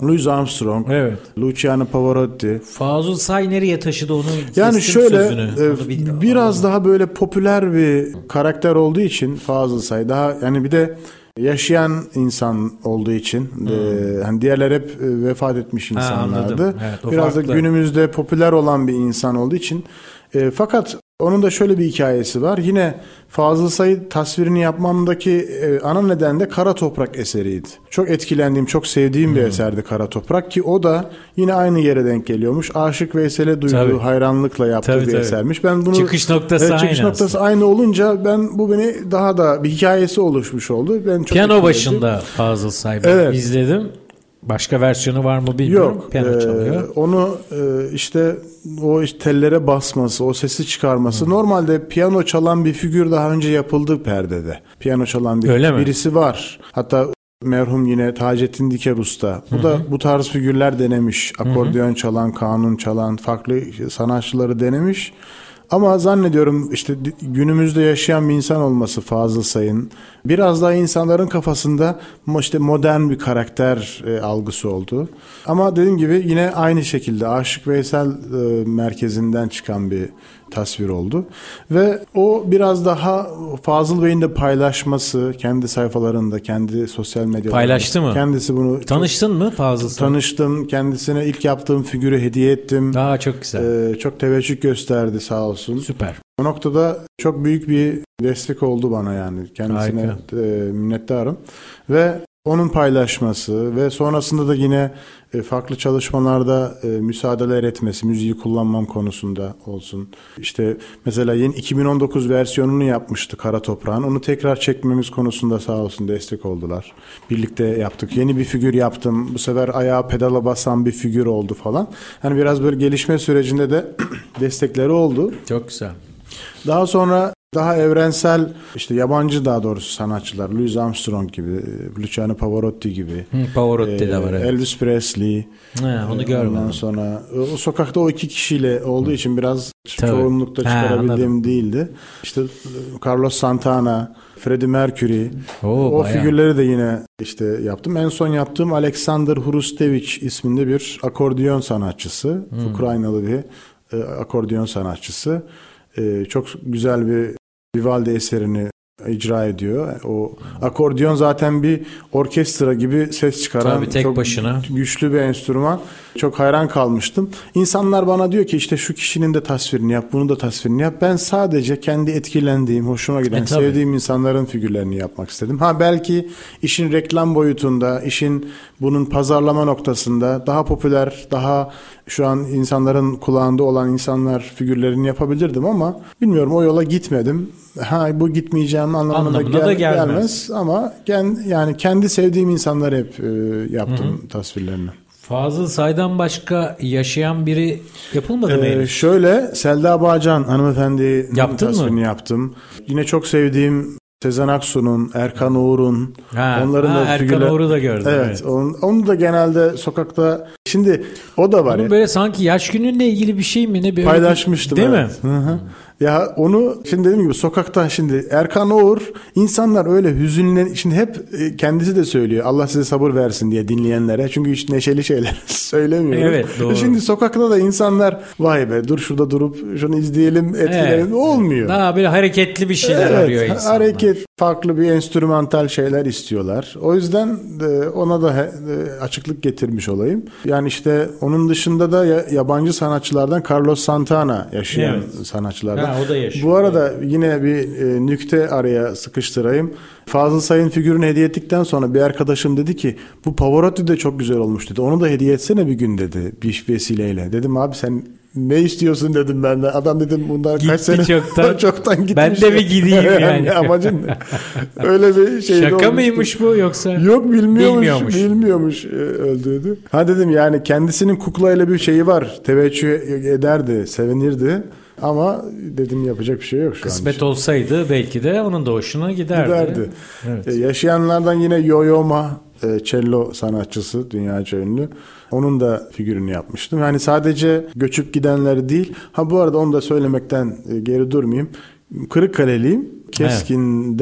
Louis Armstrong, Evet. Luciano Pavarotti. Fazıl Say nereye taşıdı onu? Yani kestim şöyle sözünü. Onu biraz daha böyle popüler bir karakter olduğu için Fazıl Say daha yani bir de yaşayan insan olduğu için hani diğerler hep vefat etmiş insanlardı. Evet, biraz farklı. da günümüzde popüler olan bir insan olduğu için fakat onun da şöyle bir hikayesi var. Yine Fazıl Say tasvirini yapmamdaki ana neden de Kara Toprak eseriydi. Çok etkilendiğim, çok sevdiğim bir eserdi Kara Toprak ki o da yine aynı yere denk geliyormuş. Aşık Veysel'e duyduğu hayranlıkla yaptığı bir esermiş. Ben bunu çıkış noktası aynı. Çıkış noktası aynı olunca bu beni daha da bir hikayesi oluşmuş oldu. Ben çok Piyano başında Fazıl Say izledim. Başka versiyonu var mı bilmiyorum. Yok. Piyano çalıyor. Onu işte o tellere basması, o sesi çıkarması. Normalde piyano çalan bir figür daha önce yapıldı perdede. Piyano çalan birisi var. Hatta merhum yine Taceddin Diker Usta. Bu da bu tarz figürler denemiş. Akordeon çalan, kanun çalan farklı sanatçıları denemiş. Ama zannediyorum işte günümüzde yaşayan bir insan olması Fazıl Say'ın biraz daha insanların kafasında işte modern bir karakter algısı oldu. Ama dediğim gibi yine aynı şekilde Aşık Veysel merkezinden çıkan bir tasvir oldu. Ve o biraz daha Fazıl Bey'in de paylaşması kendi sayfalarında, kendi sosyal medyada. Paylaştı mı? Kendisi bunu... Tanıştın mı Fazıl Say? Tanıştım. Kendisine ilk yaptığım figürü hediye ettim. Çok güzel. Çok teveccüh gösterdi sağ olsun. Süper. O noktada çok büyük bir destek oldu bana yani. Kendisine minnettarım. Ve onun paylaşması ve sonrasında da yine farklı çalışmalarda müsaadeler etmesi, müziği kullanmam konusunda olsun. İşte mesela yeni 2019 versiyonunu yapmıştı Kara Toprağın. Onu tekrar çekmemiz konusunda sağ olsun destek oldular. Birlikte yaptık. Yeni bir figür yaptım. Bu sefer ayağa pedala basan bir figür oldu falan. Hani biraz böyle gelişme sürecinde de destekleri oldu. Çok güzel. Daha sonra daha evrensel işte yabancı daha doğrusu sanatçılar Louis Armstrong gibi, Luciano Pavarotti gibi. Pavarotti de var. Evet. Elvis Presley. Onu görmedim. Ondan sonra o sokakta o iki kişiyle olduğu için biraz çoğunlukta çıkarabildiğim değildi. İşte Carlos Santana, Freddie Mercury. O figürleri de yine işte yaptım. En son yaptığım Alexander Hrustevich isminde bir akordeon sanatçısı. Ukraynalı bir akordeon sanatçısı. Çok güzel bir Vivaldi eserini icra ediyor. O akordeon zaten bir orkestra gibi ses çıkaran çok başına güçlü bir enstrüman. Çok hayran kalmıştım. İnsanlar bana diyor ki işte şu kişinin de tasvirini yap, bunu da tasvirini yap. Ben sadece kendi etkilendiğim, hoşuma giden, sevdiğim insanların figürlerini yapmak istedim. Belki işin reklam boyutunda, işin bunun pazarlama noktasında daha popüler, daha şu an insanların kulağında olan insanlar figürlerini yapabilirdim ama bilmiyorum o yola gitmedim. Bu gitmeyeceğim anlamına da gelmez ama yani kendi sevdiğim insanları hep yaptım tasvirlerini. Fazıl Say'dan başka yaşayan biri yapılmadı mı? Şöyle Selda Bağcan hanımefendinin tasvirini yaptım. Yine çok sevdiğim Sezen Aksu'nun, Erkan Oğur'un onların da Erkan Oğur'u da gördüm. Evet. Onu da genelde sokakta şimdi o da var. Onun böyle sanki yaş gününle ilgili bir şey mi ne paylaşmıştım. Değil mi? Hı-hı. Ya onu şimdi dediğim gibi sokakta şimdi Erkan Oğur insanlar öyle hüzünlen şimdi hep kendisi de söylüyor Allah size sabır versin diye dinleyenlere çünkü hiç neşeli şeyler söylemiyor. Evet doğru. Şimdi sokakta da insanlar vay be dur şurada durup şunu izleyelim etkileyelim olmuyor. Daha böyle hareketli bir şeyler arıyor insanlar. Hareket farklı bir enstrümantal şeyler istiyorlar. O yüzden ona da açıklık getirmiş olayım. Yani işte onun dışında da yabancı sanatçılardan Carlos Santana yaşayan sanatçılardan. O da yaşıyor. Bu arada yine bir nükte araya sıkıştırayım. Fazıl Say'ın figürünü hediye ettikten sonra bir arkadaşım dedi ki bu Pavarotti de çok güzel olmuş dedi. Onu da hediye etsene bir gün dedi bir vesileyle. Dedim abi sen ne istiyorsun dedim ben de. Adam dedim bundan gitti kaç sene çoktan gitmiş. Ben de mi gideyim yani? Amacın ne? Öyle bir şey Şaka mıymış bu yoksa? Yok bilmiyormuş öldüğünü. Dedim yani kendisinin kuklayla bir şeyi var. Teveccüh ederdi, sevinirdi. Ama dedim yapacak bir şey yok şu an. Kısmet olsaydı belki de onun da hoşuna giderdi. Evet. Yaşayanlardan yine Yo-Yo Ma, cello sanatçısı, dünyaca ünlü. Onun da figürünü yapmıştım. Yani sadece göçüp gidenleri değil. Bu arada onu da söylemekten geri durmayayım. Kırıkkaleliyim. Keskin'de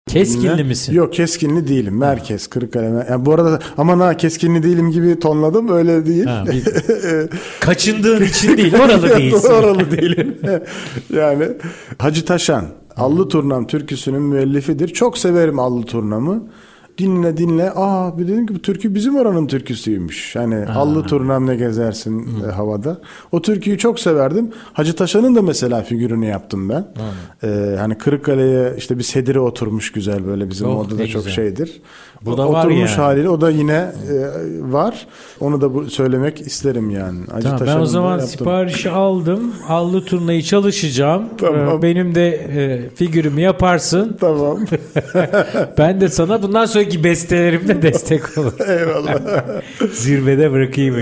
Keskinli misin? Yok, keskinli değilim. Merkez, Kırıkkale. Yani bu arada aman ha keskinli değilim gibi tonladım, öyle değil. Kaçındığın için değil, oralı değilsin. Oralı değilim. Yani Hacı Taşan, Allı Turnam türküsünün müellifidir. Çok severim Allı Turnam'ı. Dinle. Bir dedim ki bu türkü bizim oranın türküsüymüş. Yani Allı Turnam ne gezersin havada. O türküyü çok severdim. Hacı Taşan'ın da mesela figürünü yaptım ben. Hani Kırıkkale'ye işte bir sedire oturmuş güzel, böyle bizim orada da çok şeydir. Bu da oturmuş var yani. haliyle o da yine var. Onu da söylemek isterim yani. Hacı Tamam, ben o zaman siparişi aldım. Allı Turna'yı çalışacağım. Tamam. Benim de figürümü yaparsın. Tamam. Ben de sana bundan sonraki bestelerimde destek olurum. Eyvallah. Zirvede bırakayım.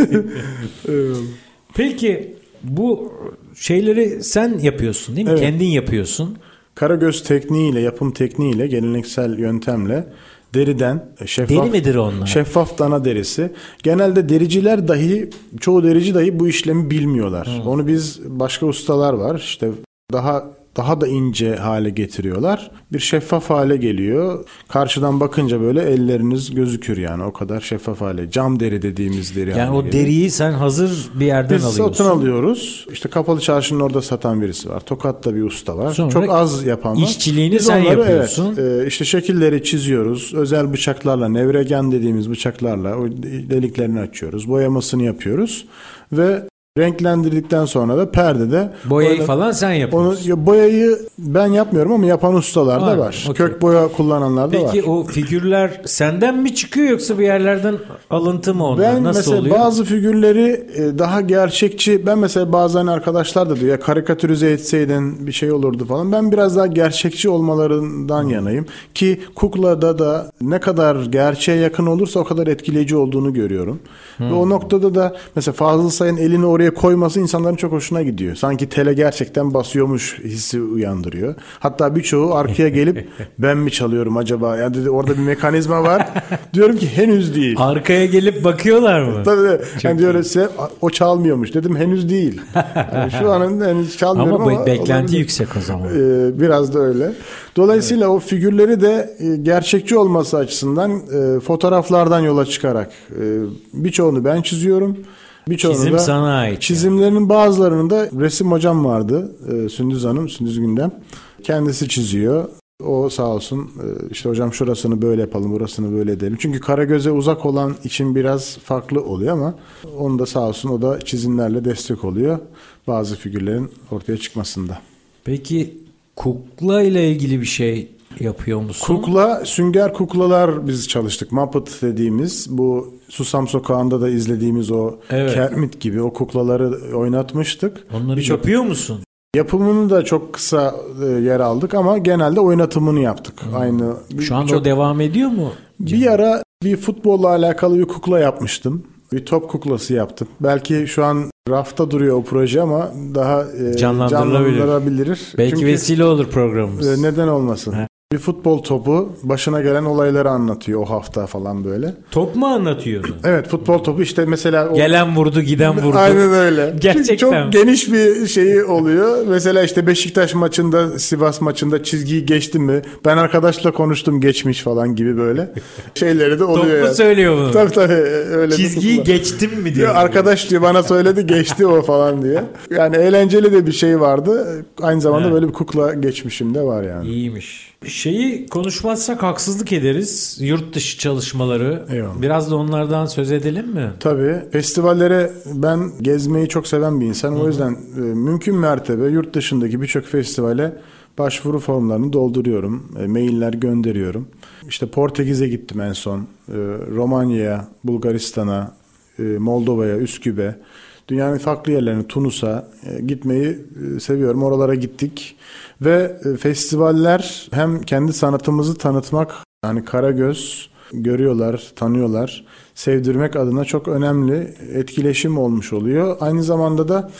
Peki bu şeyleri sen yapıyorsun değil mi? Evet. Kendin yapıyorsun. Karagöz tekniğiyle, yapım tekniğiyle, geleneksel yöntemle deriden Deri midir onlar? şeffaf dana derisi. Genelde dericiler dahi, çoğu derici dahi bu işlemi bilmiyorlar. Onu biz, başka ustalar var işte, daha da ince hale getiriyorlar. Bir şeffaf hale geliyor. Karşıdan bakınca böyle elleriniz gözükür yani, o kadar şeffaf hale. Cam deri dediğimiz deri. Yani o deriyi sen hazır bir yerden biz alıyorsun. satın alıyoruz. İşte Kapalı Çarşı'nın orada satan birisi var. Tokat'ta bir usta var. Sonra çok az yapan var. İşçiliğini biz sen onları, yapıyorsun. işte şekilleri çiziyoruz. Özel bıçaklarla, nevregan dediğimiz bıçaklarla o deliklerini açıyoruz. Boyamasını yapıyoruz. Ve renklendirdikten sonra da perdede boyayı falan sen yapıyorsun. Boyayı ben yapmıyorum ama yapan ustalar da var. Okay. Kök boya kullananlar da var. Peki o figürler senden mi çıkıyor yoksa bir yerlerden alıntı mı onlar? Ben nasıl mesela oluyor? bazı figürleri daha gerçekçi, ben mesela bazen arkadaşlar da diyor ya karikatürize etseydin bir şey olurdu falan. Ben biraz daha gerçekçi olmalarından yanayım ki kuklada da ne kadar gerçeğe yakın olursa o kadar etkileyici olduğunu görüyorum. Ve o noktada da mesela Fazıl Say'ın elini oraya koyması insanların çok hoşuna gidiyor. Sanki tele gerçekten basıyormuş hissi uyandırıyor. Hatta birçoğu arkaya gelip ben mi çalıyorum acaba? Yani dedi, orada bir mekanizma var. Diyorum ki henüz değil. Arkaya gelip bakıyorlar mı? Tabii. Yani diyor size o çalmıyormuş. Dedim henüz değil. Yani şu an henüz çalmıyorum ama beklenti olabilir. yüksek o zaman. Biraz da öyle. Dolayısıyla o figürleri de gerçekçi olması açısından fotoğraflardan yola çıkarak birçoğunu ben çiziyorum. Çizim da sana ait. Çizimlerinin bazılarını da resim hocam vardı. Sündüz Hanım, Sündüz Gündem. Kendisi çiziyor. O sağ olsun işte hocam şurasını böyle yapalım, burasını böyle edelim. Çünkü Karagöz'e uzak olan için biraz farklı oluyor ama onu da sağ olsun, o da çizimlerle destek oluyor bazı figürlerin ortaya çıkmasında. Peki kukla ile ilgili bir şey yapıyor musun? Kukla, sünger kuklalar biz çalıştık. Muppet dediğimiz, bu Susam Sokağı'nda da izlediğimiz o Kermit gibi o kuklaları oynatmıştık. Onları yapıyor musun? Yapımını da çok kısa yer aldık ama genelde oynatımını yaptık. Aynı. Şu anda o devam ediyor mu? Bir ara bir futbolla alakalı bir kukla yapmıştım. Bir top kuklası yaptım. Belki şu an rafta duruyor o proje ama daha canlandırılabilir. Belki çünkü vesile olur programımız. Neden olmasın? Bir futbol topu başına gelen olayları anlatıyor o hafta falan böyle. Top mu anlatıyordu? Evet, futbol topu işte mesela. Gelen vurdu, giden vurdu. Aynen öyle. Gerçekten. Çok geniş bir şeyi oluyor. Mesela işte Beşiktaş maçında, Sivas maçında çizgiyi geçti mi? Ben arkadaşla konuştum, geçmiş falan gibi böyle şeyleri de oluyor. Top mu yani söylüyor bunu? Tabii öyle. Çizgiyi geçtim mi diyor. Arkadaş diyor, bana söyledi geçti o falan diye. Yani eğlenceli de bir şey vardı. Aynı zamanda böyle bir kukla geçmişim de var yani. İyiymiş. Şeyi konuşmazsak haksızlık ederiz. Yurt dışı çalışmaları. Eyvallah. Biraz da onlardan söz edelim mi? Tabii. Festivallere ben gezmeyi çok seven bir insanım. O yüzden mümkün mertebe yurt dışındaki birçok festivale başvuru formlarını dolduruyorum. Mailler gönderiyorum. İşte Portekiz'e gittim en son. Romanya'ya, Bulgaristan'a, Moldova'ya, Üsküp'e. Dünyanın farklı yerlerine, Tunus'a gitmeyi seviyorum. Oralara gittik. Ve festivaller hem kendi sanatımızı tanıtmak, hani Karagöz görüyorlar, tanıyorlar, sevdirmek adına çok önemli etkileşim olmuş oluyor. Aynı zamanda da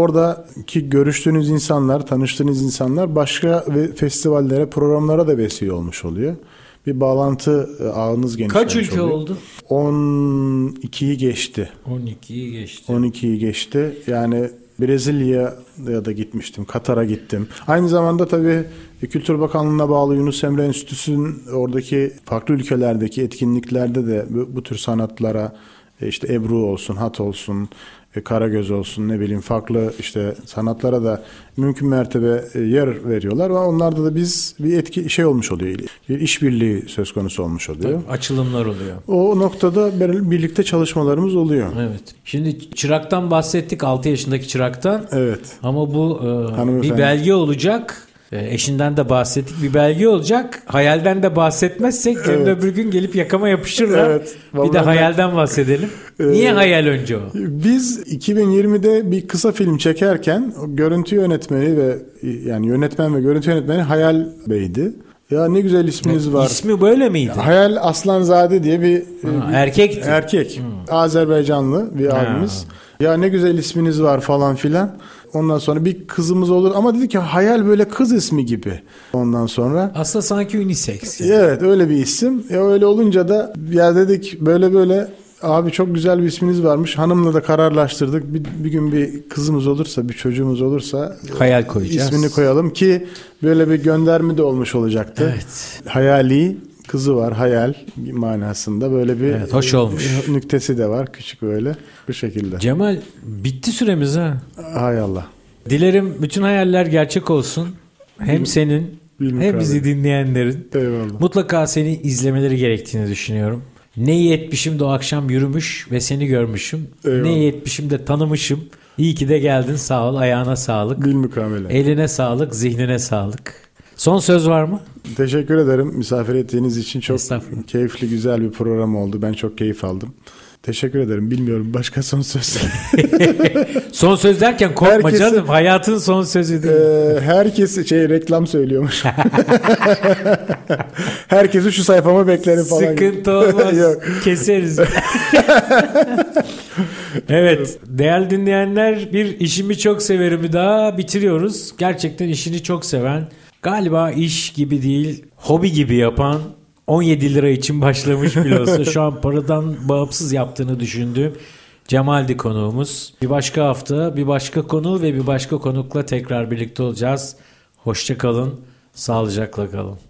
oradaki görüştüğünüz insanlar, tanıştığınız insanlar başka festivallere, programlara da vesile olmuş oluyor. Bir bağlantı ağınız genişlemiş oluyor. Kaç ülke oldu? 12'yi geçti. 12'yi geçti. 12'yi geçti. Yani Brezilya'ya da gitmiştim. Katar'a gittim. Aynı zamanda tabii Kültür Bakanlığı'na bağlı Yunus Emre Enstitüsü'nün oradaki farklı ülkelerdeki etkinliklerde de bu tür sanatlara işte Ebru olsun, Hat olsun, Karagöz olsun, ne bileyim farklı işte sanatlara da mümkün mertebe yer veriyorlar ve onlarda da biz bir etki olmuş oluyor. Bir işbirliği söz konusu olmuş oluyor. Tabii, açılımlar oluyor. O noktada birlikte çalışmalarımız oluyor. Evet. Şimdi çıraktan bahsettik, 6 yaşındaki çıraktan. Evet. Ama bu bir belge olacak. Eşinden de bahsettik. Bir belge olacak. Hayalden de bahsetmezsek yarın öbür gün gelip yakama yapışırlar. Evet, bir de hayalden bahsedelim. Niye hayal önce o? Biz 2020'de bir kısa film çekerken görüntü yönetmeni ve yani yönetmen ve görüntü yönetmeni Hayal Bey'di. Ya ne güzel isminiz var. İsmi böyle miydi? Hayal Aslanzade diye bir erkekti. Erkek. Azerbaycanlı bir abimiz. Ya ne güzel isminiz var falan filan. Ondan sonra bir kızımız olur ama dedi ki hayal böyle kız ismi gibi. Ondan sonra. Aslında sanki unisex. Yani. Evet öyle bir isim. Öyle olunca da ya dedik böyle abi çok güzel bir isminiz varmış. Hanımla da kararlaştırdık. Bir gün bir kızımız olursa, bir çocuğumuz olursa hayal koyacağız. İsmini koyalım ki böyle bir gönderme de olmuş olacaktı. Evet. Hayali kızı var, hayal manasında böyle bir hoş olmuş. Nüktesi de var küçük böyle bu şekilde. Cemal bitti süremiz ha. Hay Allah. Dilerim bütün hayaller gerçek olsun. Hem senin hem bizi dinleyenlerin. Eyvallah. Mutlaka seni izlemeleri gerektiğini düşünüyorum. Ne iyi etmişim de o akşam yürümüş ve seni görmüşüm. Eyvallah. Ne iyi etmişim de tanımışım. İyi ki de geldin, sağ ol, ayağına sağlık. Bilmukabele. Eline sağlık, zihnine sağlık. Son söz var mı? Teşekkür ederim. Misafir ettiğiniz için çok keyifli, güzel bir program oldu. Ben çok keyif aldım. Teşekkür ederim. Bilmiyorum başka son söz. Son söz derken korkma canım. Hayatın son sözü değil. Herkes reklam söylüyormuş. Herkesi şu sayfama beklerim falan. Sıkıntı olmaz. Keseriz. Evet. Değerli dinleyenler, bir işimi çok severimi daha bitiriyoruz. Gerçekten işini çok seven, galiba iş gibi değil, hobi gibi yapan, 17 lira için başlamış bile olsa şu an paradan bağımsız yaptığını düşündüğüm Cemal'di konuğumuz. Bir başka hafta, bir başka konu ve bir başka konukla tekrar birlikte olacağız. Hoşça kalın, sağlıcakla kalın.